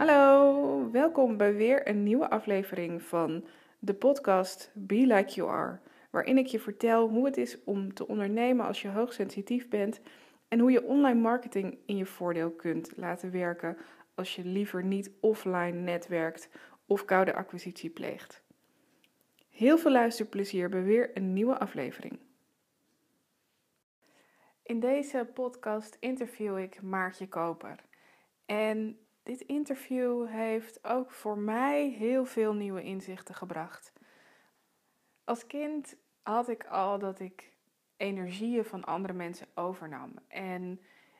Hallo, welkom bij weer een nieuwe aflevering van de podcast Be Like You Are, waarin ik je vertel hoe het is om te ondernemen als je hoogsensitief bent en hoe je online marketing in je voordeel kunt laten werken als je liever niet offline netwerkt of koude acquisitie pleegt. Heel veel luisterplezier bij weer een nieuwe aflevering. In deze podcast interview ik Maartje Koper. En dit interview heeft ook voor mij heel veel nieuwe inzichten gebracht. Als kind had ik al dat ik energieën van andere mensen overnam. En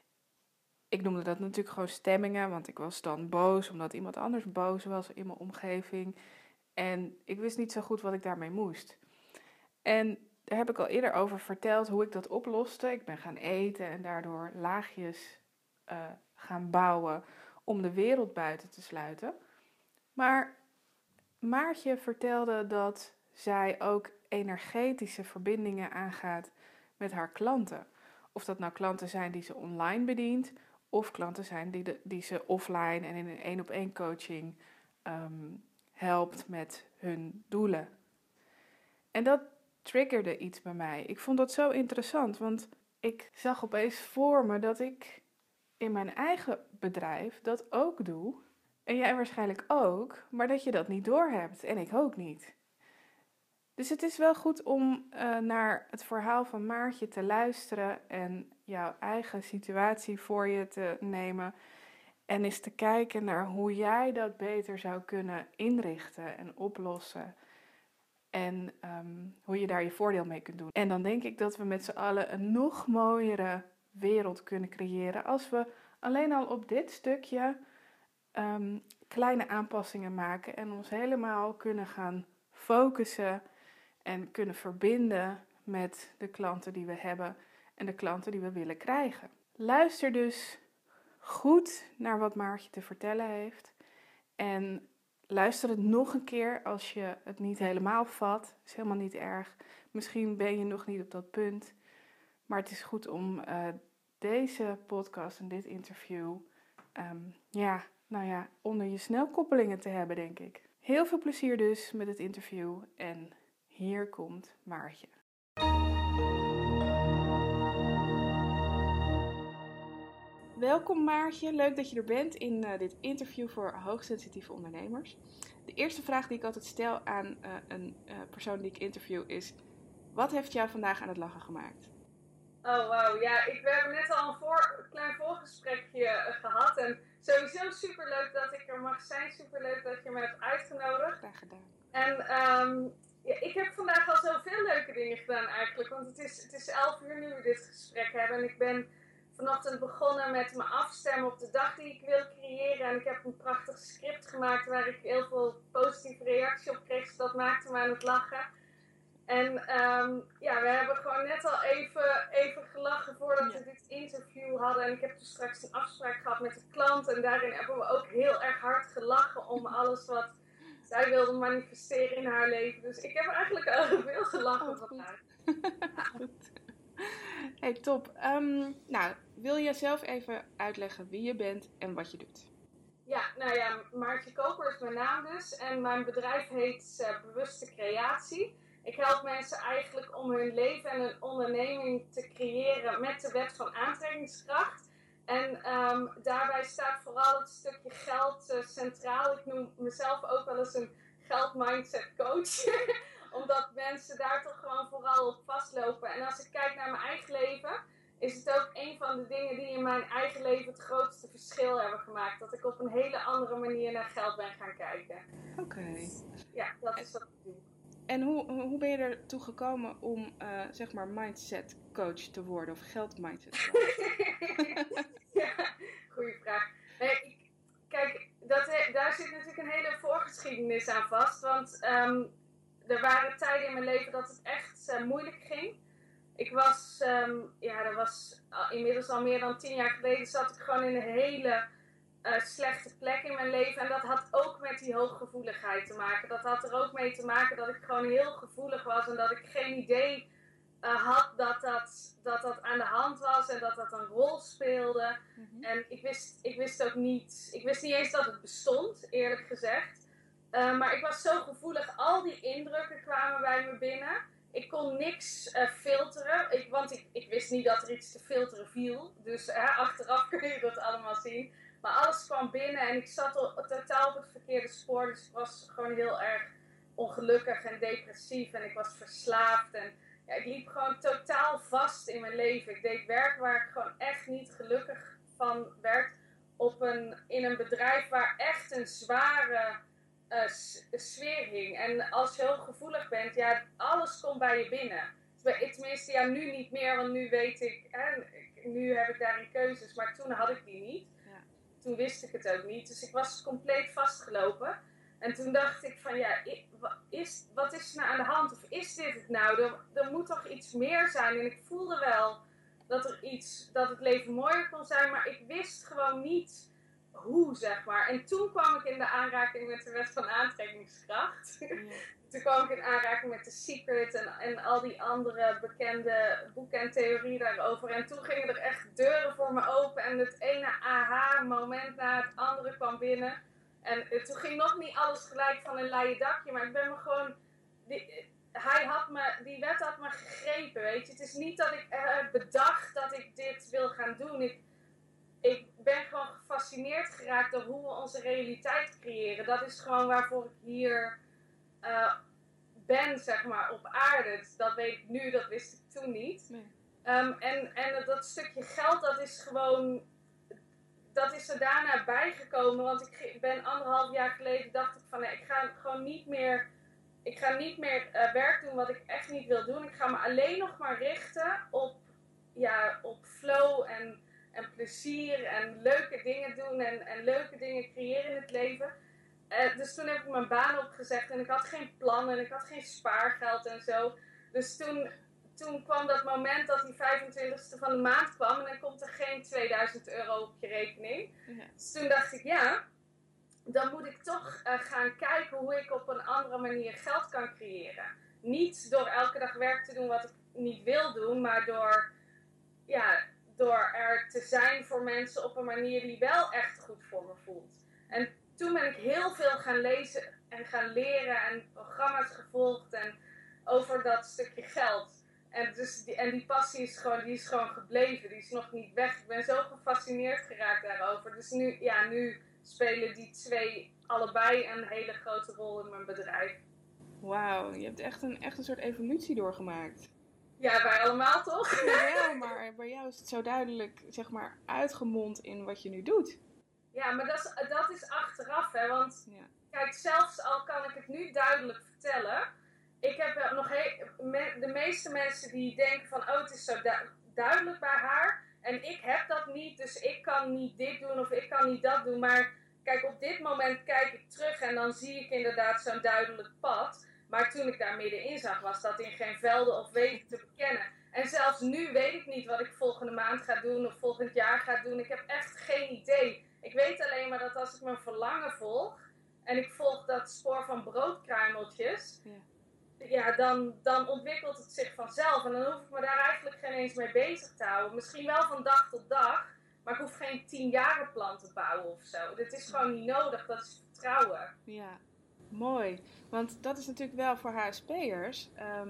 ik noemde dat natuurlijk gewoon stemmingen, want ik was dan boos omdat iemand anders boos was in mijn omgeving. En ik wist niet zo goed wat ik daarmee moest. En daar heb ik al eerder over verteld hoe ik dat oploste. Ik ben gaan eten en daardoor laagjes gaan bouwen om de wereld buiten te sluiten. Maar Maartje vertelde dat zij ook energetische verbindingen aangaat met haar klanten. Of dat nou klanten zijn die ze online bedient, of klanten zijn die ze offline en in een 1-op-1 coaching helpt met hun doelen. En dat triggerde iets bij mij. Ik vond dat zo interessant, want ik zag opeens voor me dat ik in mijn eigen bedrijf dat ook doe. En jij waarschijnlijk ook, maar dat je dat niet doorhebt. En ik ook niet. Dus het is wel goed om naar het verhaal van Maartje te luisteren en jouw eigen situatie voor je te nemen. En eens te kijken naar hoe jij dat beter zou kunnen inrichten en oplossen. En hoe je daar je voordeel mee kunt doen. En dan denk ik dat we met z'n allen een nog mooiere wereld kunnen creëren als we alleen al op dit stukje kleine aanpassingen maken en ons helemaal kunnen gaan focussen en kunnen verbinden met de klanten die we hebben en de klanten die we willen krijgen. Luister dus goed naar wat Maartje te vertellen heeft en luister het nog een keer als je het niet helemaal vat. Is helemaal niet erg. Misschien ben je nog niet op dat punt. Maar het is goed om deze podcast en dit interview onder je snelkoppelingen te hebben, denk ik. Heel veel plezier dus met het interview. En hier komt Maartje. Welkom Maartje, leuk dat je er bent in dit interview voor hoogsensitieve ondernemers. De eerste vraag die ik altijd stel aan een persoon die ik interview is: wat heeft jou vandaag aan het lachen gemaakt? Oh wauw, ja, we hebben net al een klein voorgesprekje gehad en sowieso superleuk dat ik er mag zijn, superleuk dat je me hebt uitgenodigd. Graag gedaan. En ik heb vandaag al zoveel leuke dingen gedaan eigenlijk, want het is 11 uur nu we dit gesprek hebben en ik ben vanochtend begonnen met me afstemmen op de dag die ik wil creëren en ik heb een prachtig script gemaakt waar ik heel veel positieve reactie op kreeg, dus dat maakte me aan het lachen. En we hebben gewoon net al even gelachen voordat we dit interview hadden. En ik heb dus straks een afspraak gehad met de klant. En daarin hebben we ook heel erg hard gelachen om alles wat zij wilde manifesteren in haar leven. Dus ik heb eigenlijk al veel gelachen vandaag. Goed. Hey, top. Wil je zelf even uitleggen wie je bent en wat je doet? Ja, Maartje Koper is mijn naam dus. En mijn bedrijf heet Bewuste Creatie. Ik help mensen eigenlijk om hun leven en een onderneming te creëren met de wet van aantrekkingskracht. En daarbij staat vooral het stukje geld centraal. Ik noem mezelf ook wel eens een geldmindset coach. Omdat mensen daar toch gewoon vooral op vastlopen. En als ik kijk naar mijn eigen leven, is het ook een van de dingen die in mijn eigen leven het grootste verschil hebben gemaakt. Dat ik op een hele andere manier naar geld ben gaan kijken. Oké. Ja, dat is wat ik doe. En hoe ben je ertoe gekomen om mindset coach te worden of geldmindset coach? Ja, goede vraag. Kijk, daar zit natuurlijk een hele voorgeschiedenis aan vast. Want er waren tijden in mijn leven dat het echt moeilijk ging. Ik was, dat was inmiddels al meer dan 10 jaar geleden, zat ik gewoon in een hele slechte plek in mijn leven. En dat had ook met die hooggevoeligheid te maken. Dat had er ook mee te maken dat ik gewoon heel gevoelig was en dat ik geen idee had dat dat aan de hand was en dat dat een rol speelde. Mhm. En ik wist ook niet, ik wist niet eens dat het bestond, eerlijk gezegd. Maar ik was zo gevoelig, al die indrukken kwamen bij me binnen. Ik kon niks filteren, want ik wist niet dat er iets te filteren viel. Dus achteraf kun je dat allemaal zien. Maar alles kwam binnen en ik zat totaal op het verkeerde spoor. Dus ik was gewoon heel erg ongelukkig en depressief en ik was verslaafd. En ja, ik liep gewoon totaal vast in mijn leven. Ik deed werk waar ik gewoon echt niet gelukkig van werd. In een bedrijf waar echt een zware sfeer hing. En als je heel gevoelig bent, ja, alles komt bij je binnen. Tenminste, ja, nu niet meer, want nu weet ik, nu heb ik daarin keuzes. Maar toen had ik die niet. Ja. Toen wist ik het ook niet. Dus ik was compleet vastgelopen. En toen dacht ik van, ja, wat is er nou aan de hand? Of is dit het nou? Er moet toch iets meer zijn. En ik voelde wel dat het leven mooier kon zijn. Maar ik wist gewoon niet hoe, zeg maar. En toen kwam ik in de aanraking met de wet van aantrekkingskracht. Ja. Toen kwam ik in aanraking met The Secret en al die andere bekende boeken en theorieën daarover. En toen gingen er echt deuren voor me open. En het ene aha-moment na het andere kwam binnen. En toen ging nog niet alles gelijk van een leien dakje. Maar ik ben me gewoon... Die wet had me gegrepen, weet je. Het is niet dat ik bedacht dat ik dit wil gaan doen. Ik ben gewoon gefascineerd geraakt door hoe we onze realiteit creëren. Dat is gewoon waarvoor ik hier ben, zeg maar, op aarde. Dat weet ik nu, dat wist ik toen niet. Nee. En dat stukje geld, dat is er daarna bijgekomen. Want ik ben 1,5 jaar geleden, dacht ik van, nee, ik ga gewoon niet meer... Ik ga niet meer werk doen wat ik echt niet wil doen. Ik ga me alleen nog maar richten op flow en plezier en leuke dingen doen en leuke dingen creëren in het leven. Dus toen heb ik mijn baan opgezegd en ik had geen plan en ik had geen spaargeld en zo. Dus toen kwam dat moment dat die 25e van de maand kwam en dan komt er geen 2000 euro op je rekening. Ja. Dus toen dacht ik, ja, dan moet ik toch gaan kijken hoe ik op een andere manier geld kan creëren. Niet door elke dag werk te doen wat ik niet wil doen, maar door er te zijn voor mensen op een manier die wel echt goed voor me voelt. En toen ben ik heel veel gaan lezen en gaan leren en programma's gevolgd en over dat stukje geld. En die passie is gewoon gebleven, die is nog niet weg. Ik ben zo gefascineerd geraakt daarover. Dus nu spelen die twee allebei een hele grote rol in mijn bedrijf. Wauw, je hebt echt een soort evolutie doorgemaakt. Ja, wij allemaal toch? Ja, maar bij jou is het zo duidelijk, zeg maar, uitgemond in wat je nu doet. Ja, maar dat is achteraf, hè. Want Ja. kijk, zelfs al kan ik het nu duidelijk vertellen. Ik heb nog de meeste mensen die denken van, oh, het is zo duidelijk bij haar. En ik heb dat niet, dus ik kan niet dit doen of ik kan niet dat doen. Maar kijk, op dit moment kijk ik terug en dan zie ik inderdaad zo'n duidelijk pad. Maar toen ik daar middenin zag, was dat in geen velden of wegen te bekennen. En zelfs nu weet ik niet wat ik volgende maand ga doen of volgend jaar ga doen. Ik heb echt geen idee. Ik weet alleen maar dat als ik mijn verlangen volg en ik volg dat spoor van broodkruimeltjes, ja, dan ontwikkelt het zich vanzelf. En dan hoef ik me daar eigenlijk geen eens mee bezig te houden. Misschien wel van dag tot dag, maar ik hoef geen 10-jaren plan te bouwen of zo. Dit is gewoon niet nodig, dat is vertrouwen. Ja, mooi. Want dat is natuurlijk wel voor HSP'ers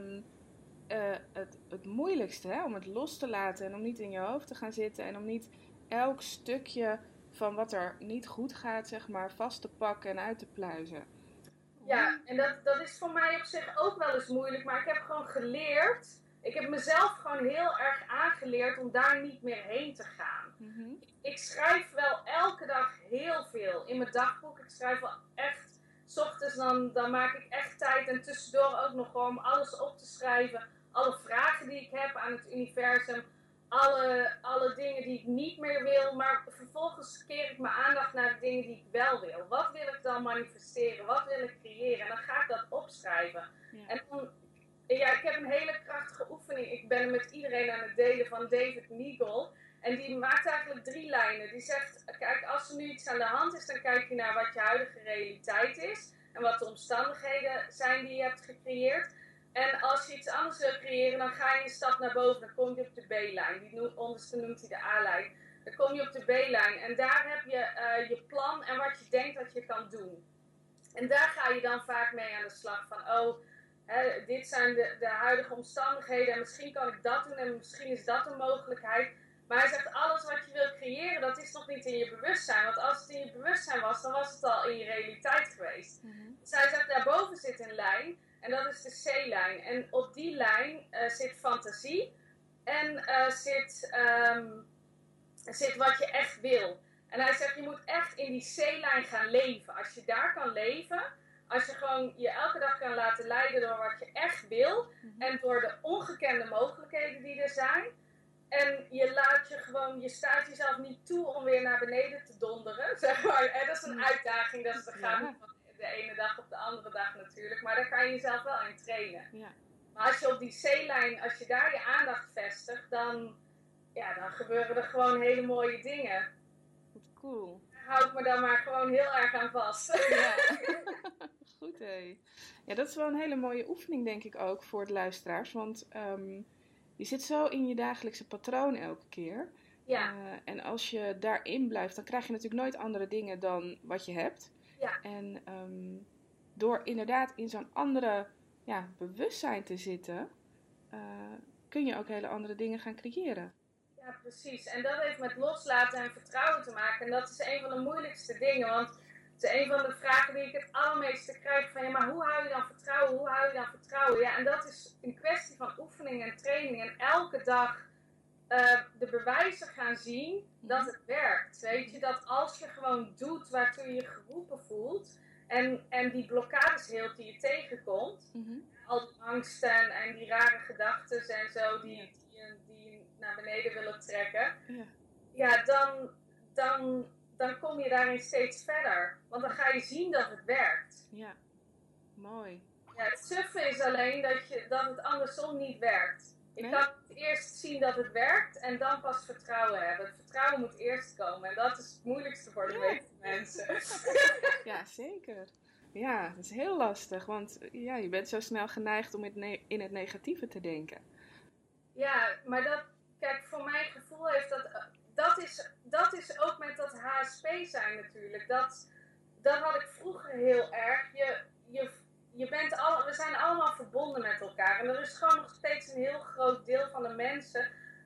het moeilijkste, hè? Om het los te laten en om niet in je hoofd te gaan zitten en om niet elk stukje van wat er niet goed gaat, zeg maar, vast te pakken en uit te pluizen. Ja, en dat is voor mij op zich ook wel eens moeilijk, maar ik heb gewoon geleerd, ik heb mezelf gewoon heel erg aangeleerd om daar niet meer heen te gaan. Mm-hmm. Ik schrijf wel elke dag heel veel in mijn dagboek. Ik schrijf wel echt, 's ochtends dan maak ik echt tijd en tussendoor ook nog gewoon om alles op te schrijven. Alle vragen die ik heb aan het universum, alle dingen die ik niet meer wil, maar vervolgens keer ik mijn aandacht naar de dingen die ik wel wil. Wat wil ik dan manifesteren? Wat wil ik creëren? En dan ga ik dat opschrijven. Ja. En dan, ja, ik heb een hele krachtige oefening. Ik ben met iedereen aan het delen van David Neagle. En die maakt eigenlijk 3 lijnen. Die zegt, kijk, als er nu iets aan de hand is, dan kijk je naar wat je huidige realiteit is. En wat de omstandigheden zijn die je hebt gecreëerd. En als je iets anders wil creëren, dan ga je een stap naar boven. Dan kom je op de B-lijn. Die onderste noemt hij de A-lijn. Dan kom je op de B-lijn. En daar heb je je plan en wat je denkt dat je kan doen. En daar ga je dan vaak mee aan de slag. Van, dit zijn de huidige omstandigheden. En misschien kan ik dat doen. En misschien is dat een mogelijkheid. Maar hij zegt, alles wat je wil creëren, dat is nog niet in je bewustzijn. Want als het in je bewustzijn was, dan was het al in je realiteit geweest. Mm-hmm. Dus hij zegt, daarboven zit een lijn. En dat is de C-lijn. En op die lijn zit fantasie. En zit wat je echt wil. En hij zegt, je moet echt in die C-lijn gaan leven. Als je daar kan leven, als je gewoon je elke dag kan laten leiden door wat je echt wil. Mm-hmm. En door de ongekende mogelijkheden die er zijn. En je staat jezelf niet toe om weer naar beneden te donderen, zeg maar. En dat is een uitdaging, dat gaat niet van de ene dag op de andere dag natuurlijk. Maar daar kan je jezelf wel in trainen. Ja. Maar als je op die C-lijn, als je daar je aandacht vestigt, dan gebeuren er gewoon hele mooie dingen. Cool. Daar hou ik me dan maar gewoon heel erg aan vast. Ja. Goed hé. Ja, dat is wel een hele mooie oefening denk ik ook voor de luisteraars. Want je zit zo in je dagelijkse patroon elke keer. Ja. En als je daarin blijft, dan krijg je natuurlijk nooit andere dingen dan wat je hebt. Ja. En door inderdaad in zo'n andere bewustzijn te zitten, kun je ook hele andere dingen gaan creëren. Ja, precies. En dat heeft met loslaten en vertrouwen te maken. En dat is een van de moeilijkste dingen. Want het is een van de vragen die ik het allermeeste krijg. Van, maar hoe hou je dan vertrouwen? Hoe hou je dan vertrouwen? Ja, en dat is een kwestie van oefening en training. En elke dag de bewijzen gaan zien dat het werkt. Weet je, dat als je gewoon doet waartoe je je geroepen voelt. En die blokkades heelt die je tegenkomt. Mm-hmm. Al die angsten en die rare gedachten en zo die naar beneden willen trekken. Ja, dan kom je daarin steeds verder. Want dan ga je zien dat het werkt. Ja, mooi. Ja, het suffe is alleen dat het andersom niet werkt. Je kan eerst zien dat het werkt en dan pas vertrouwen hebben. Het vertrouwen moet eerst komen en dat is het moeilijkste voor de meeste mensen. Ja, zeker. Ja, dat is heel lastig, want je bent zo snel geneigd om in het negatieve te denken. Ja, maar kijk, voor mijn gevoel heeft dat is ook met dat HSP zijn natuurlijk. Dat had ik vroeger heel erg. We zijn allemaal verbonden met elkaar. En er is gewoon nog steeds een heel groot deel van de mensen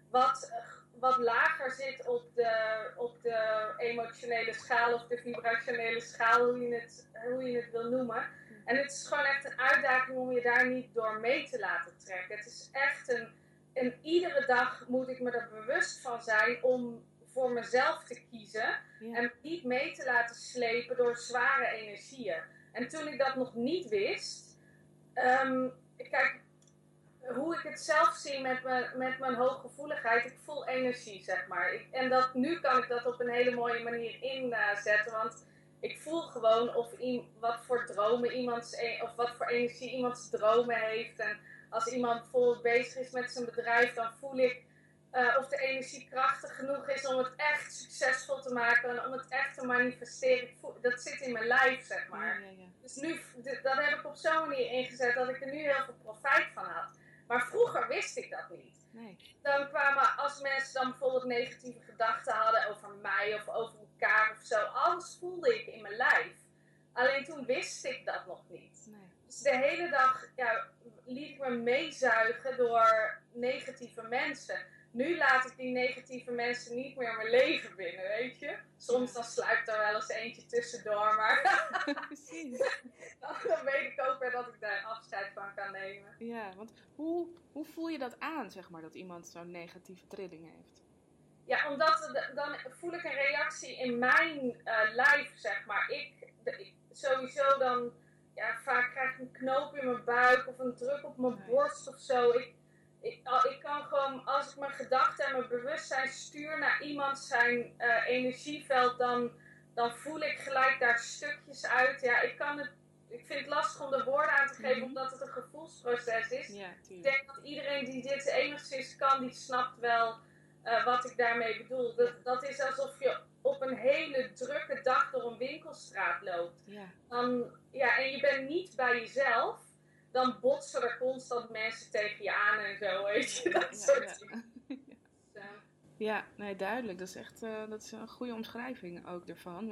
wat lager zit op de emotionele schaal of de vibrationele schaal, hoe je het wil noemen. En het is gewoon echt een uitdaging om je daar niet door mee te laten trekken. Het is echt en iedere dag moet ik me er bewust van zijn om voor mezelf te kiezen. Ja. En me niet mee te laten slepen door zware energieën. En toen ik dat nog niet wist, kijk, hoe ik het zelf zie met mijn hooggevoeligheid, ik voel energie, zeg maar. Nu kan ik dat op een hele mooie manier inzetten, want ik voel gewoon wat voor dromen of wat voor energie iemands dromen heeft. En als iemand bijvoorbeeld bezig is met zijn bedrijf, dan voel ik of de energie krachtig genoeg is om het echt succesvol te maken en om het echt te manifesteren. Dat zit in mijn lijf, zeg maar. Ja. Dus nu, dat heb ik op zo'n manier ingezet dat ik er nu heel veel profijt van had. Maar vroeger wist ik dat niet. Nee. Dan als mensen dan bijvoorbeeld negatieve gedachten hadden over mij of over elkaar of zo, alles voelde ik in mijn lijf. Alleen toen wist ik dat nog niet. Nee. Dus de hele dag liet ik me meezuigen door negatieve mensen. Nu laat ik die negatieve mensen niet meer in mijn leven binnen, weet je. Soms dan sluipt er wel eens eentje tussendoor, maar precies. Dan weet ik ook weer dat ik daar afscheid van kan nemen. Ja, want hoe voel je dat aan, zeg maar, dat iemand zo'n negatieve trilling heeft? Ja, omdat dan voel ik een reactie in mijn lijf, zeg maar. Sowieso dan, vaak krijg ik een knoop in mijn buik of een druk op mijn borst of zo. Ik kan gewoon, als ik mijn gedachten en mijn bewustzijn stuur naar iemand zijn energieveld, dan voel ik gelijk daar stukjes uit. Ja, ik vind het lastig om de woorden aan te geven, omdat het een gevoelsproces is. Ja, ik denk dat iedereen die dit enigszins kan, die snapt wel wat ik daarmee bedoel. Dat is alsof je op een hele drukke dag door een winkelstraat loopt. Ja. En je bent niet bij jezelf. dan botsen er constant mensen tegen je aan en zo, weet je. Dat soort dingen. Zo. Ja, nee, duidelijk. Dat is echt dat is een goede omschrijving ook ervan.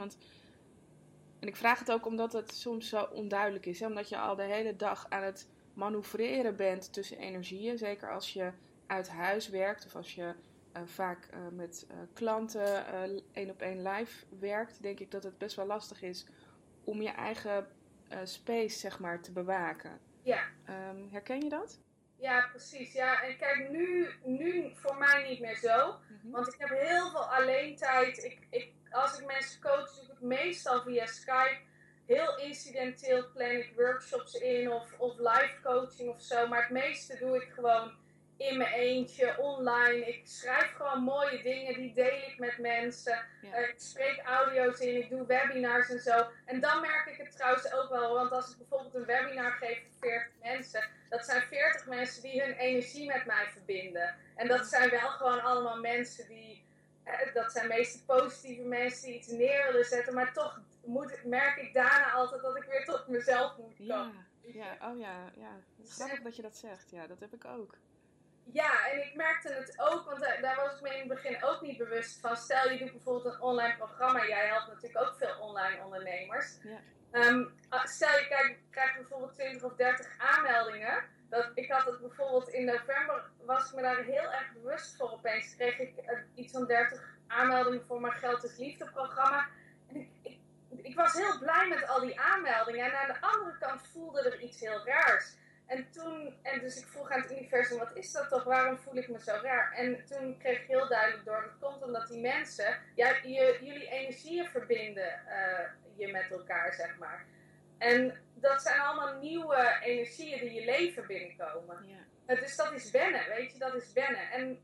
En ik vraag het ook omdat het soms zo onduidelijk is. Hè? Omdat je al de hele dag aan het manoeuvreren bent tussen energieën. Zeker als je uit huis werkt of als je vaak met klanten 1-op-1 live werkt. Denk ik dat het best wel lastig is om je eigen space, zeg maar, te bewaken. Ja. Herken je dat? Ja, precies. Ja, en kijk, nu voor mij niet meer zo. Want ik heb heel veel alleentijd. Als ik mensen coach, doe ik het meestal via Skype. Heel incidenteel plan ik workshops in of live coaching of zo. Maar het meeste doe ik gewoon in mijn eentje, online. Ik schrijf gewoon mooie dingen, die deel ik met mensen. Ja. Ik spreek audio's in, ik doe webinars en zo. En dan merk ik het trouwens ook wel. Want als ik bijvoorbeeld een webinar geef voor 40 mensen... Dat zijn 40 mensen die hun energie met mij verbinden. En dat zijn wel gewoon allemaal mensen die... dat zijn meestal positieve mensen die iets neer willen zetten. Maar toch merk ik daarna altijd dat ik weer tot mezelf moet komen. Ja. Grappig dat je dat zegt. Ja, dat heb ik ook. Ja, en ik merkte het ook, want daar was ik me in het begin ook niet bewust van. Stel, je doet bijvoorbeeld een online programma. Jij helpt natuurlijk ook veel online ondernemers. Ja. Stel je krijgt bijvoorbeeld 20 of 30 aanmeldingen. Ik had het bijvoorbeeld in november, was ik me daar heel erg bewust voor opeens. Kreeg ik iets van 30 aanmeldingen voor mijn Geld is Liefde programma. En ik was heel blij met al die aanmeldingen. En aan de andere kant voelde er iets heel raars. Dus ik vroeg aan het universum, wat is dat toch? Waarom voel ik me zo raar? En toen kreeg ik heel duidelijk door, dat komt omdat die mensen, jullie energieën verbinden je met elkaar, zeg maar. En dat zijn allemaal nieuwe energieën die je leven binnenkomen. Ja. Dus dat is wennen, weet je, dat is wennen. En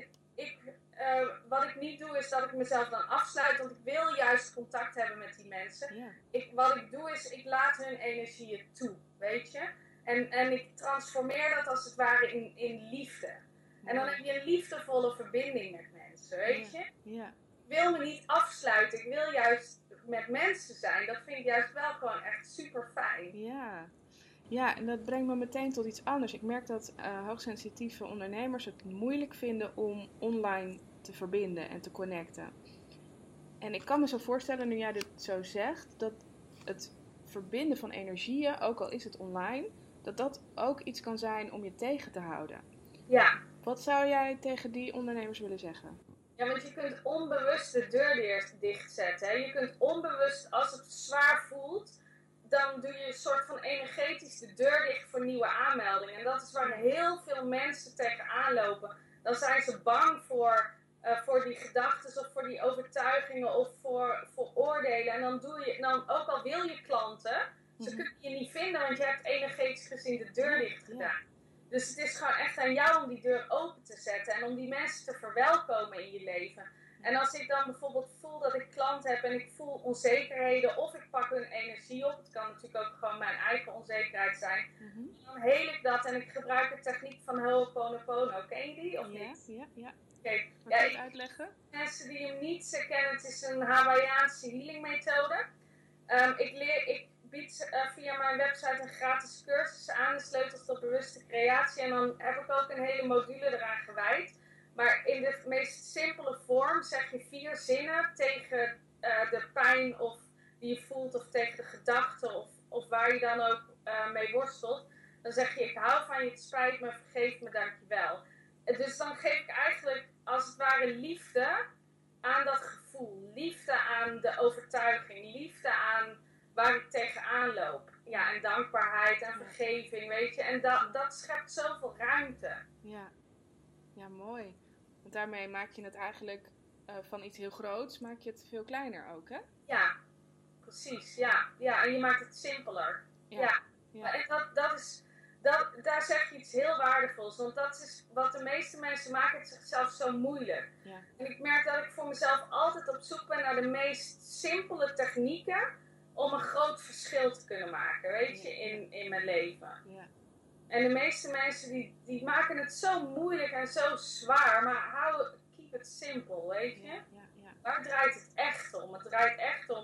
wat ik niet doe, is dat ik mezelf dan afsluit, want ik wil juist contact hebben met die mensen. Ja. Wat ik doe, is ik laat hun energieën toe, weet je. En ik transformeer dat als het ware in liefde. Ja. En dan heb je een liefdevolle verbinding met mensen, weet je. Ja. Ik wil me niet afsluiten, ik wil juist met mensen zijn. Dat vind ik juist wel gewoon echt super fijn. Ja, en dat brengt me meteen tot iets anders. Ik merk dat hoogsensitieve ondernemers het moeilijk vinden om online te verbinden en te connecten. En ik kan me zo voorstellen, nu jij dit zo zegt, dat het verbinden van energieën, ook al is het online, dat ook iets kan zijn om je tegen te houden. Ja. Wat zou jij tegen die ondernemers willen zeggen? Ja, want je kunt onbewust de deur dichtzetten. Hè? Je kunt onbewust, als het zwaar voelt, dan doe je een soort van energetisch de deur dicht voor nieuwe aanmeldingen. En dat is waar heel veel mensen tegenaan lopen. Dan zijn ze bang voor die gedachten of voor die overtuigingen of voor oordelen. En dan ook al wil je klanten, ze kunnen je niet vinden, want je hebt energetisch gezien de deur dicht gedaan. Ja. Dus het is gewoon echt aan jou om die deur open te zetten en om die mensen te verwelkomen in je leven. En als ik dan bijvoorbeeld voel dat ik klanten heb en ik voel onzekerheden of ik pak hun energie op, het kan natuurlijk ook gewoon mijn eigen onzekerheid zijn, dan heel ik dat en ik gebruik de techniek van Ho'oponopono. Ken je die of niet? Ja. Okay. Wat kan je het uitleggen? Mensen die hem niet kennen, het is een Hawaiiaanse healing methode. Ik bied via mijn website een gratis cursus aan, de sleutels tot bewuste creatie. En dan heb ik ook een hele module eraan gewijd. Maar in de meest simpele vorm zeg je 4 zinnen tegen de pijn die je voelt of tegen de gedachten of waar je dan ook mee worstelt. Dan zeg je, ik hou van je, het spijt me, vergeef me, dankjewel. Dus dan geef ik eigenlijk als het ware liefde aan dat gevoel. Liefde aan de overtuiging. Liefde aan waar ik tegenaan loop. Ja, en dankbaarheid en vergeving, weet je. En dat schept zoveel ruimte. Ja, mooi. Want daarmee maak je het eigenlijk van iets heel groots, maak je het veel kleiner ook, hè? Ja, precies. Ja, en je maakt het simpeler. Ja. En daar zeg je iets heel waardevols. Want dat is wat de meeste mensen maken het zichzelf zo moeilijk. Ja. En ik merk dat ik voor mezelf altijd op zoek ben naar de meest simpele technieken om een groot verschil te kunnen maken, weet je, in mijn leven. Ja. En de meeste mensen die maken het zo moeilijk en zo zwaar, maar keep it simple, weet je. Ja. Waar draait het echt om? Het draait echt om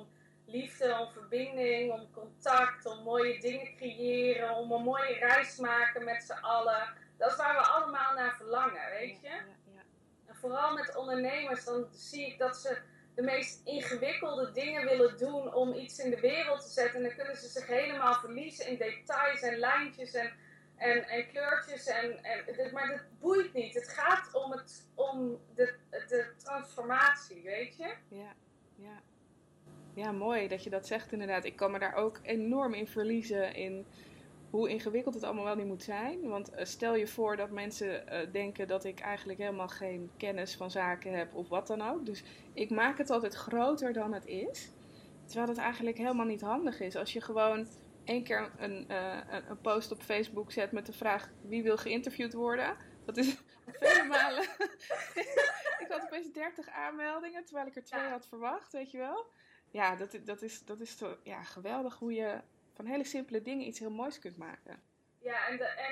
liefde, om verbinding, om contact, om mooie dingen creëren, om een mooie reis maken met z'n allen. Dat is waar we allemaal naar verlangen, weet je? Ja. En vooral met ondernemers, dan zie ik dat ze de meest ingewikkelde dingen willen doen om iets in de wereld te zetten. En dan kunnen ze zich helemaal verliezen in details en lijntjes en kleurtjes. Maar dat boeit niet. Het gaat om de transformatie, weet je? Ja. Ja, mooi dat je dat zegt inderdaad. Ik kan me daar ook enorm in verliezen in hoe ingewikkeld het allemaal wel niet moet zijn. Want stel je voor dat mensen denken dat ik eigenlijk helemaal geen kennis van zaken heb of wat dan ook. Dus ik maak het altijd groter dan het is. Terwijl het eigenlijk helemaal niet handig is. Als je gewoon 1 keer een post op Facebook zet met de vraag wie wil geïnterviewd worden. Dat is vele malen. Ik had opeens 30 aanmeldingen terwijl ik er 2 had verwacht, weet je wel. Ja, dat is toch, ja, geweldig hoe je van hele simpele dingen iets heel moois kunt maken. Ja,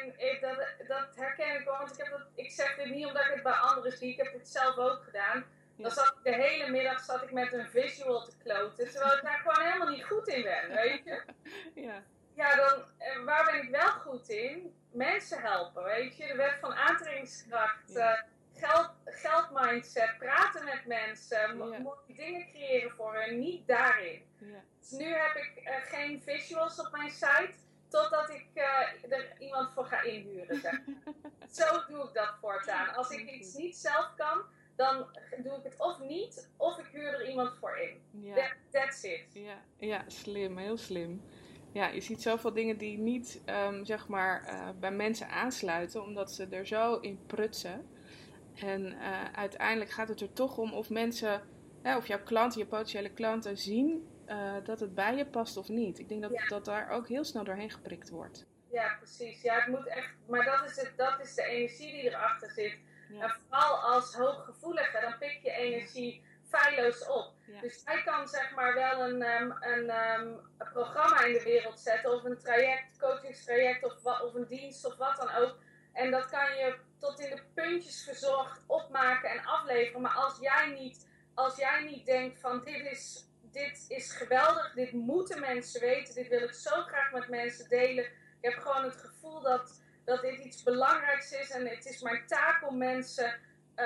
dat herken ik wel, want ik zeg dit niet omdat ik het bij anderen zie, ik heb het zelf ook gedaan. Dan zat ik de hele middag met een visual te kloten, terwijl ik daar gewoon helemaal niet goed in ben, weet je? Ja, waar ben ik wel goed in? Mensen helpen, weet je? De wet van aantrekkingskracht, geldmindset, praten met mensen, mooie dingen creëren voor hen, niet daarin. Dus nu heb ik geen visuals op mijn site, totdat ik er iemand voor ga inhuren, zeg maar. Zo doe ik dat voortaan. Als ik iets niet zelf kan, dan doe ik het of niet, of ik huur er iemand voor in. That's it. Ja, slim, heel slim. Ja, je ziet zoveel dingen die niet, bij mensen aansluiten, omdat ze er zo in prutsen. En uiteindelijk gaat het er toch om of mensen, of jouw klanten, je potentiële klanten zien dat het bij je past of niet. Ik denk dat daar ook heel snel doorheen geprikt wordt. Ja, precies. Ja, het moet echt, maar dat is de energie die erachter zit. Ja. En vooral als hooggevoelige, dan pik je energie feilloos op. Ja. Dus hij kan zeg maar wel een programma in de wereld zetten, of een traject, coachingstraject, of een dienst, of wat dan ook. En dat kan je tot in de puntjes verzorgd opmaken en afleveren. Maar als jij niet denkt van dit is geweldig, dit moeten mensen weten, dit wil ik zo graag met mensen delen. Ik heb gewoon het gevoel dat dit iets belangrijks is en het is mijn taak om mensen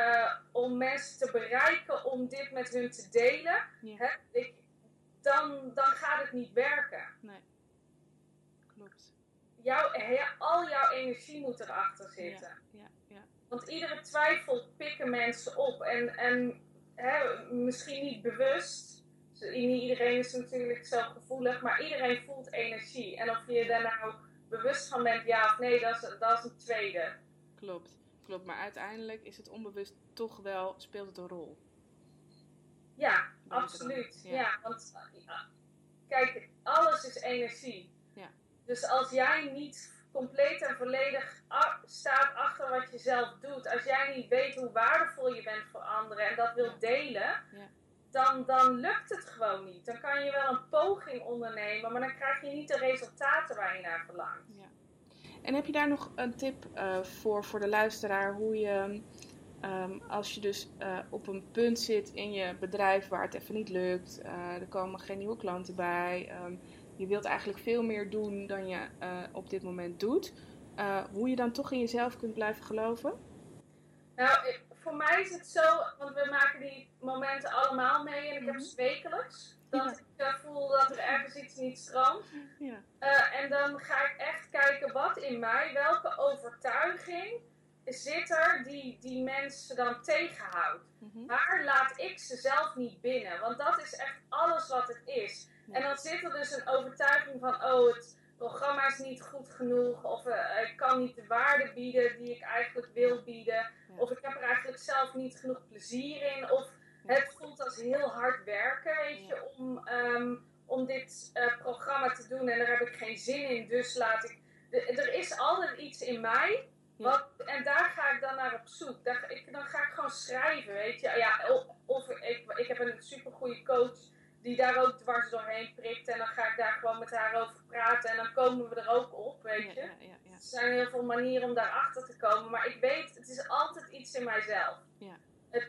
te bereiken, om dit met hun te delen. Ja. Hè? Dan gaat het niet werken. Nee, klopt. Al jouw energie moet erachter zitten. Ja. Want iedere twijfel pikken mensen op en misschien niet bewust. Niet iedereen is natuurlijk zo gevoelig, maar iedereen voelt energie. En of je daar nou bewust van bent, ja of nee, dat is een tweede. Klopt. Maar uiteindelijk is het onbewust toch wel, speelt het een rol. Ja, absoluut. Ja, want kijk, alles is energie. Ja. Dus als jij niet compleet en volledig staat achter wat je zelf doet, als jij niet weet hoe waardevol je bent voor anderen en dat wilt delen, dan lukt het gewoon niet. Dan kan je wel een poging ondernemen, maar dan krijg je niet de resultaten waar je naar verlangt. Ja. En heb je daar nog een tip voor de luisteraar, hoe je, als je dus op een punt zit in je bedrijf waar het even niet lukt, er komen geen nieuwe klanten bij, je wilt eigenlijk veel meer doen dan je op dit moment doet, hoe je dan toch in jezelf kunt blijven geloven? Nou, voor mij is het zo, want we maken die momenten allemaal mee en ik heb ze wekelijks. Dat ik voel dat er ergens iets niet stroomt. Ja. En dan ga ik echt kijken wat in mij, welke overtuiging zit er die mensen dan tegenhoudt. Maar laat ik ze zelf niet binnen, want dat is echt alles wat het is. Ja. En dan zit er dus een overtuiging van, het programma is niet goed genoeg, of ik kan niet de waarde bieden die ik eigenlijk wil bieden, ja. Of ik heb er eigenlijk zelf niet genoeg plezier in, of het voelt als heel hard werken, weet je, om dit programma te doen en daar heb ik geen zin in, dus er is altijd iets in mij, en daar ga ik dan naar op zoek. Dan ga ik gewoon schrijven, weet je. Ja, of ik heb een supergoeie coach die daar ook dwars doorheen prikt en dan ga ik daar gewoon met haar over praten en dan komen we er ook op, weet je. Ja. Er zijn heel veel manieren om daarachter te komen, maar ik weet, het is altijd iets in mijzelf. Ja.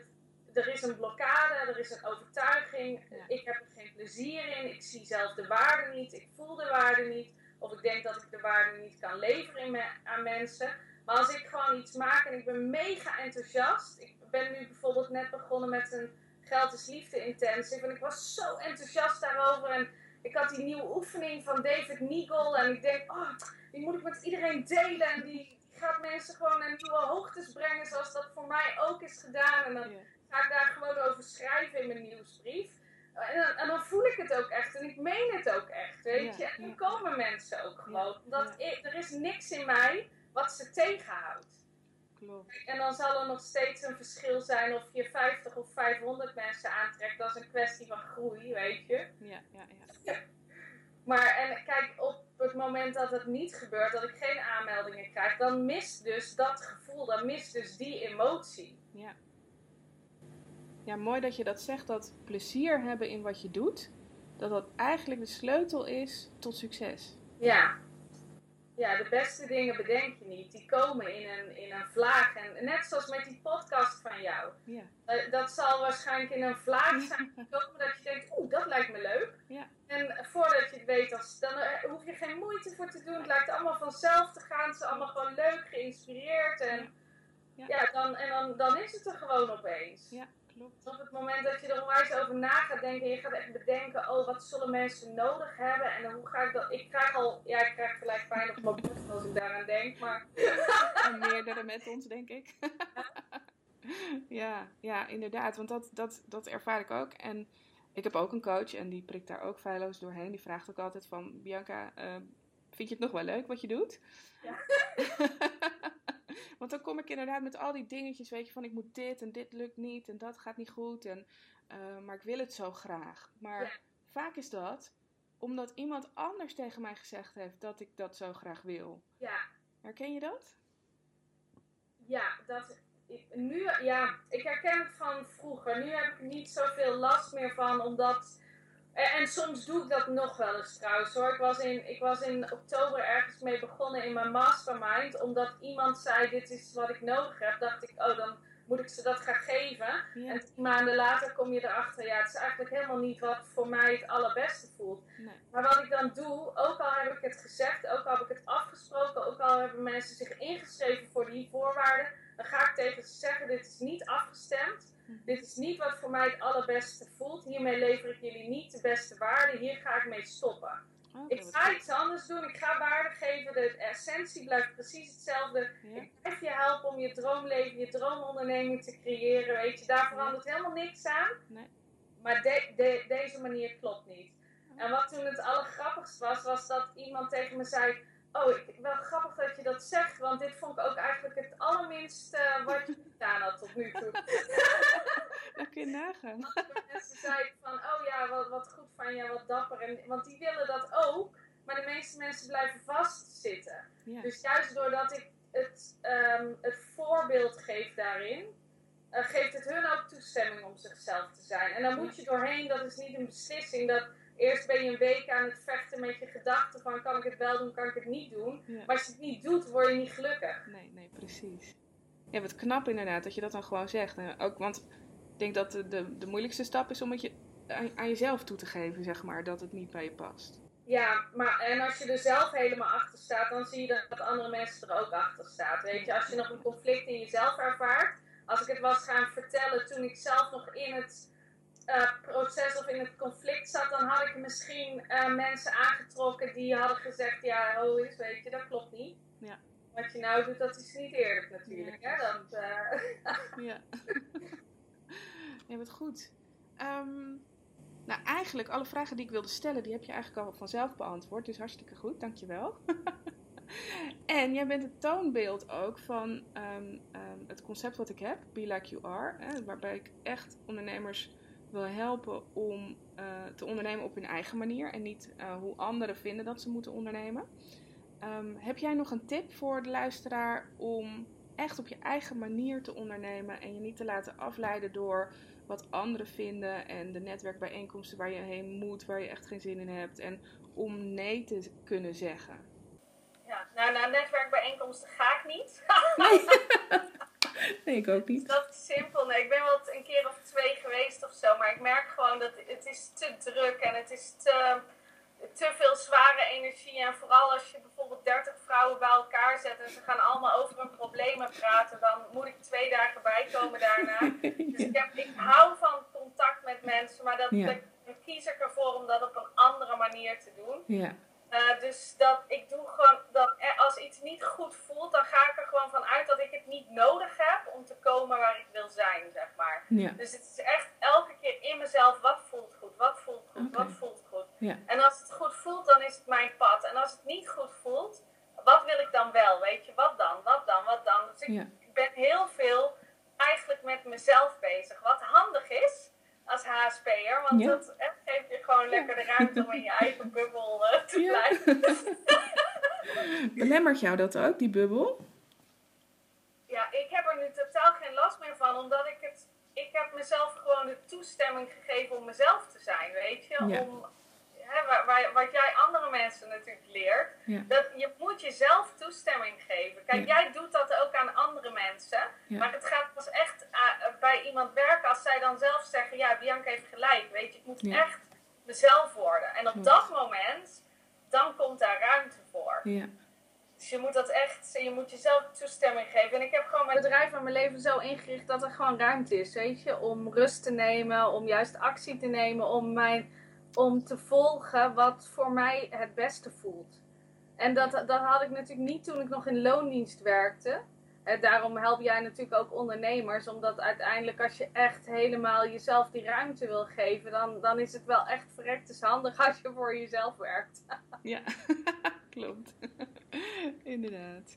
er is een blokkade, er is een overtuiging. Ja. Ik heb er geen plezier in. Ik zie zelf de waarde niet. Ik voel de waarde niet. Of ik denk dat ik de waarde niet kan leveren aan mensen. Maar als ik gewoon iets maak en ik ben mega enthousiast. Ik ben nu bijvoorbeeld net begonnen met een Geld is Liefde intensive. En ik was zo enthousiast daarover. En ik had die nieuwe oefening van David Nagel. En ik denk, die moet ik met iedereen delen. En die gaat mensen gewoon naar nieuwe hoogtes brengen. Zoals dat voor mij ook is gedaan. En dan ga ik daar gewoon over schrijven in mijn nieuwsbrief. En dan voel ik het ook echt. En ik meen het ook echt, weet je. En dan komen mensen ook gewoon. Omdat er is niks in mij wat ze tegenhoudt. Klopt. En dan zal er nog steeds een verschil zijn of je 50 of 500 mensen aantrekt. Dat is een kwestie van groei, weet je. Ja. Maar en kijk, op het moment dat het niet gebeurt, dat ik geen aanmeldingen krijg, dan mist dus dat gevoel, dan mist dus die emotie. Ja. Ja, mooi dat je dat zegt, dat plezier hebben in wat je doet, dat eigenlijk de sleutel is tot succes. Ja. Ja, de beste dingen bedenk je niet. Die komen in een vlaag. En net zoals met die podcast van jou. Ja. Dat zal waarschijnlijk in een vlaag zijn gekomen dat je denkt, dat lijkt me leuk. Ja. En voordat je het weet, dan hoef je geen moeite voor te doen. Het lijkt allemaal vanzelf te gaan. Het is allemaal gewoon leuk, geïnspireerd. En dan is het er gewoon opeens. Ja, klopt. Op het moment dat je er onwijs over na gaat denken, je gaat echt bedenken, wat zullen mensen nodig hebben en hoe ga ik dat, ik krijg gelijk pijn op mijn borst als ik daaraan denk, maar... En meerdere met ons, denk ik. Ja, inderdaad, want dat ervaar ik ook. En ik heb ook een coach en die prikt daar ook feilloos doorheen. Die vraagt ook altijd van, Bianca, vind je het nog wel leuk wat je doet? Ja. Want dan kom ik inderdaad met al die dingetjes, weet je, van ik moet dit en dit lukt niet en dat gaat niet goed. Maar ik wil het zo graag. Maar vaak is dat omdat iemand anders tegen mij gezegd heeft dat ik dat zo graag wil. Ja. Herken je dat? Ja, ik herken het van vroeger. Nu heb ik niet zoveel last meer van, omdat... En soms doe ik dat nog wel eens trouwens hoor. Ik was in oktober ergens mee begonnen in mijn mastermind. Omdat iemand zei, dit is wat ik nodig heb. Dacht ik, dan moet ik ze dat gaan geven. Ja. En 10 maanden later kom je erachter, het is eigenlijk helemaal niet wat voor mij het allerbeste voelt. Nee. Maar wat ik dan doe, ook al heb ik het gezegd, ook al heb ik het afgesproken, ook al hebben mensen zich ingeschreven voor die voorwaarden, dan ga ik tegen ze zeggen, dit is niet afgestemd. Dit is niet wat voor mij het allerbeste voelt. Hiermee lever ik jullie niet de beste waarde. Hier ga ik mee stoppen. Ik ga iets anders doen. Ik ga waarde geven. De essentie blijft precies hetzelfde. Ja. Ik blijf je helpen om je droomleven, je droomonderneming te creëren. Weet je, daar verandert helemaal niks aan. Nee. Maar deze manier klopt niet. En wat toen het allergrappigst was dat iemand tegen me zei... wel grappig dat je dat zegt, want dit vond ik ook eigenlijk het allerminste wat je gedaan had tot nu toe. Dat kun je nagaan. De mensen zeiden van, wat goed van je, wat dapper. Want die willen dat ook, maar de meeste mensen blijven vastzitten. Ja. Dus juist doordat ik het voorbeeld geef daarin, geeft het hun ook toestemming om zichzelf te zijn. En dan moet je doorheen, dat is niet een beslissing, dat... Eerst ben je een week aan het vechten met je gedachten van kan ik het wel doen, kan ik het niet doen. Ja. Maar als je het niet doet, word je niet gelukkig. Nee, precies. Ja, wat knap inderdaad dat je dat dan gewoon zegt. Ook, want ik denk dat de moeilijkste stap is om het aan jezelf toe te geven, zeg maar, dat het niet bij je past. Ja, en als je er zelf helemaal achter staat, dan zie je dat andere mensen er ook achter staan. Weet je, als je nog een conflict in jezelf ervaart. Als ik het was gaan vertellen toen ik zelf nog in het... proces of in het conflict zat, dan had ik misschien mensen aangetrokken die hadden gezegd, weet je, dat klopt niet. Ja. Wat je nou doet, dat is niet eerlijk natuurlijk. Ja, hè? Ja. Ja, wat goed. Nou, eigenlijk alle vragen die ik wilde stellen, die heb je eigenlijk al vanzelf beantwoord. Dus hartstikke goed, dankjewel. En jij bent het toonbeeld ook van het concept wat ik heb, Be Like You Are. Waarbij ik echt ondernemers wil helpen om te ondernemen op hun eigen manier en niet hoe anderen vinden dat ze moeten ondernemen. Heb jij nog een tip voor de luisteraar om echt op je eigen manier te ondernemen en je niet te laten afleiden door wat anderen vinden en de netwerkbijeenkomsten waar je heen moet, waar je echt geen zin in hebt en om nee te kunnen zeggen? Ja, naar netwerkbijeenkomsten ga ik niet. Nee, ik ook Dus niet. dat is simpel. Nee, ik ben wel een keer of 2 geweest of zo. Maar ik merk gewoon dat het is te druk en het is te veel zware energie. En vooral als je bijvoorbeeld 30 vrouwen bij elkaar zet en ze gaan allemaal over hun problemen praten, dan moet ik 2 dagen bijkomen daarna. Dus ik hou van contact met mensen, maar daar kies ik ervoor om dat op een andere manier te doen. Ja. Dus dat ik doe gewoon dat als iets niet goed voelt, dan ga ik er gewoon van uit dat ik het niet nodig heb om te komen waar ik wil zijn, zeg maar. Ja. Dus het is echt elke keer in mezelf, wat voelt goed, wat voelt goed, wat voelt goed. Ja. En als het goed voelt, dan is het mijn pad. En als het niet goed voelt, wat wil ik dan wel, weet je, wat dan? Dus ik ben heel veel eigenlijk met mezelf bezig, wat handig is als HSP'er, want dat geeft je gewoon lekker de ruimte om in je eigen bubbel te blijven. Belemmert jou dat ook, die bubbel? Ja, ik heb er nu totaal geen last meer van, omdat ik heb mezelf gewoon de toestemming gegeven om mezelf te zijn, weet je. Ja. Wat jij andere mensen natuurlijk leert, dat je moet jezelf toestemming geven. Kijk, jij doet dat ook aan andere mensen, maar het gaat pas echt bij iemand werken als zij dan zelf zeggen, ja, Bianca heeft gelijk, weet je, ik moet echt mezelf worden. En op dat moment, dan komt daar ruimte voor. Ja. Dus je moet jezelf toestemming geven. En ik heb gewoon mijn bedrijf en mijn leven zo ingericht dat er gewoon ruimte is, weet je. Om rust te nemen, om juist actie te nemen, om te volgen wat voor mij het beste voelt. En dat had ik natuurlijk niet toen ik nog in loondienst werkte. Daarom help jij natuurlijk ook ondernemers. Omdat uiteindelijk als je echt helemaal jezelf die ruimte wil geven, dan is het wel echt verrekt handig als je voor jezelf werkt. Ja, klopt. Inderdaad.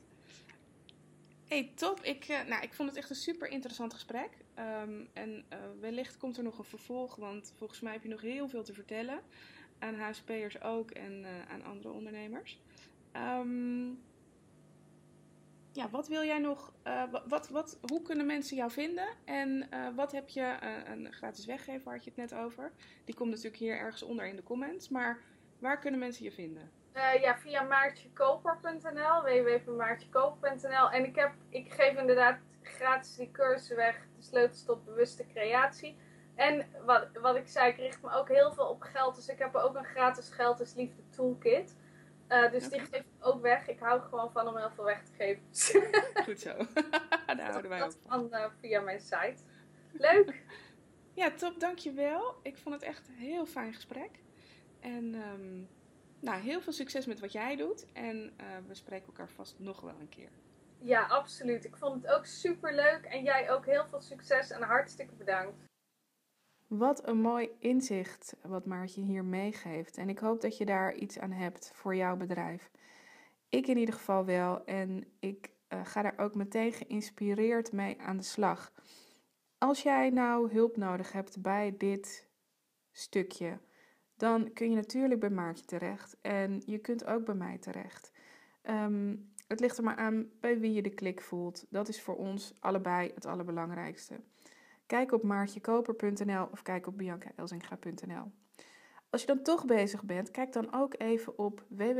Hey, top. Ik vond het echt een super interessant gesprek. Wellicht komt er nog een vervolg, want volgens mij heb je nog heel veel te vertellen. Aan HSP'ers ook en aan andere ondernemers. Wat wil jij nog? Hoe kunnen mensen jou vinden? En wat heb je een gratis weggever, waar had je het net over? Die komt natuurlijk hier ergens onder in de comments. Maar waar kunnen mensen je vinden? Via maartjekoper.nl, www.maartjekoper.nl. En ik geef inderdaad gratis die cursus weg, de sleutels tot bewuste creatie. En wat ik zei, ik richt me ook heel veel op geld. Dus ik heb ook een gratis geld is liefde toolkit. Dus die geef ik ook weg. Ik hou er gewoon van om heel veel weg te geven. Goed zo. Daar houden wij ook van. Via mijn site. Leuk. Ja, top. Dankjewel. Ik vond het echt een heel fijn gesprek. En heel veel succes met wat jij doet. En we spreken elkaar vast nog wel een keer. Ja, absoluut. Ik vond het ook super leuk. En jij ook heel veel succes en hartstikke bedankt. Wat een mooi inzicht wat Maartje hier meegeeft. En ik hoop dat je daar iets aan hebt voor jouw bedrijf. Ik in ieder geval wel. En ik ga daar ook meteen geïnspireerd mee aan de slag. Als jij nou hulp nodig hebt bij dit stukje, dan kun je natuurlijk bij Maartje terecht. En je kunt ook bij mij terecht. Het ligt er maar aan bij wie je de klik voelt. Dat is voor ons allebei het allerbelangrijkste. Kijk op maartjekoper.nl of kijk op biancaelzinga.nl. Als je dan toch bezig bent, kijk dan ook even op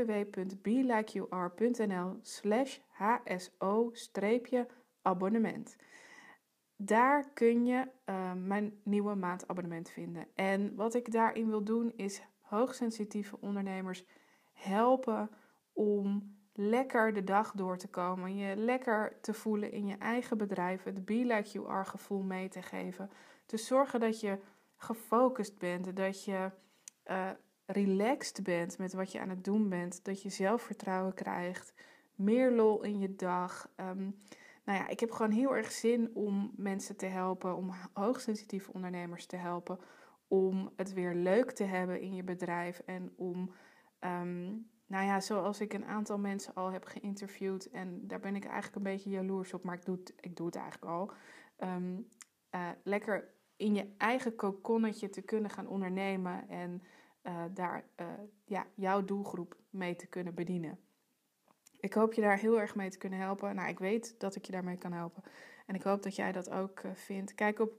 www.belikeyoure.nl/hso-abonnement. Daar kun je mijn nieuwe maandabonnement vinden. En wat ik daarin wil doen is hoogsensitieve ondernemers helpen om lekker de dag door te komen. Je lekker te voelen in je eigen bedrijf. Het Be Like You Are gevoel mee te geven. Te zorgen dat je gefocust bent. Dat je relaxed bent met wat je aan het doen bent. Dat je zelfvertrouwen krijgt. Meer lol in je dag. Ik heb gewoon heel erg zin om mensen te helpen. Om hoogsensitieve ondernemers te helpen. Om het weer leuk te hebben in je bedrijf. En om... zoals ik een aantal mensen al heb geïnterviewd. En daar ben ik eigenlijk een beetje jaloers op. Maar ik doe het eigenlijk al. Lekker in je eigen kokonnetje te kunnen gaan ondernemen. En daar jouw doelgroep mee te kunnen bedienen. Ik hoop je daar heel erg mee te kunnen helpen. Ik weet dat ik je daarmee kan helpen. En ik hoop dat jij dat ook vindt. Kijk op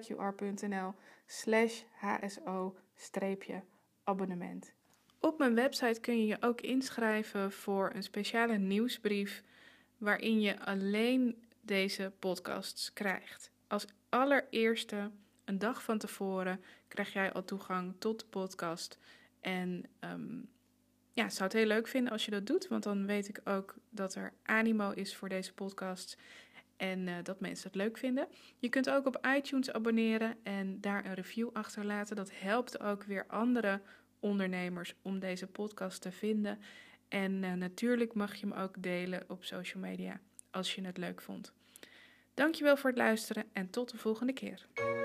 belikeyoure.nl/hso-abonnement. Op mijn website kun je je ook inschrijven voor een speciale nieuwsbrief waarin je alleen deze podcasts krijgt. Als allereerste, een dag van tevoren, krijg jij al toegang tot de podcast. En ik zou het heel leuk vinden als je dat doet, want dan weet ik ook dat er animo is voor deze podcast en dat mensen het leuk vinden. Je kunt ook op iTunes abonneren en daar een review achterlaten. Dat helpt ook weer andere ondernemers om deze podcast te vinden. En natuurlijk mag je hem ook delen op social media als je het leuk vond. Dankjewel voor het luisteren en tot de volgende keer.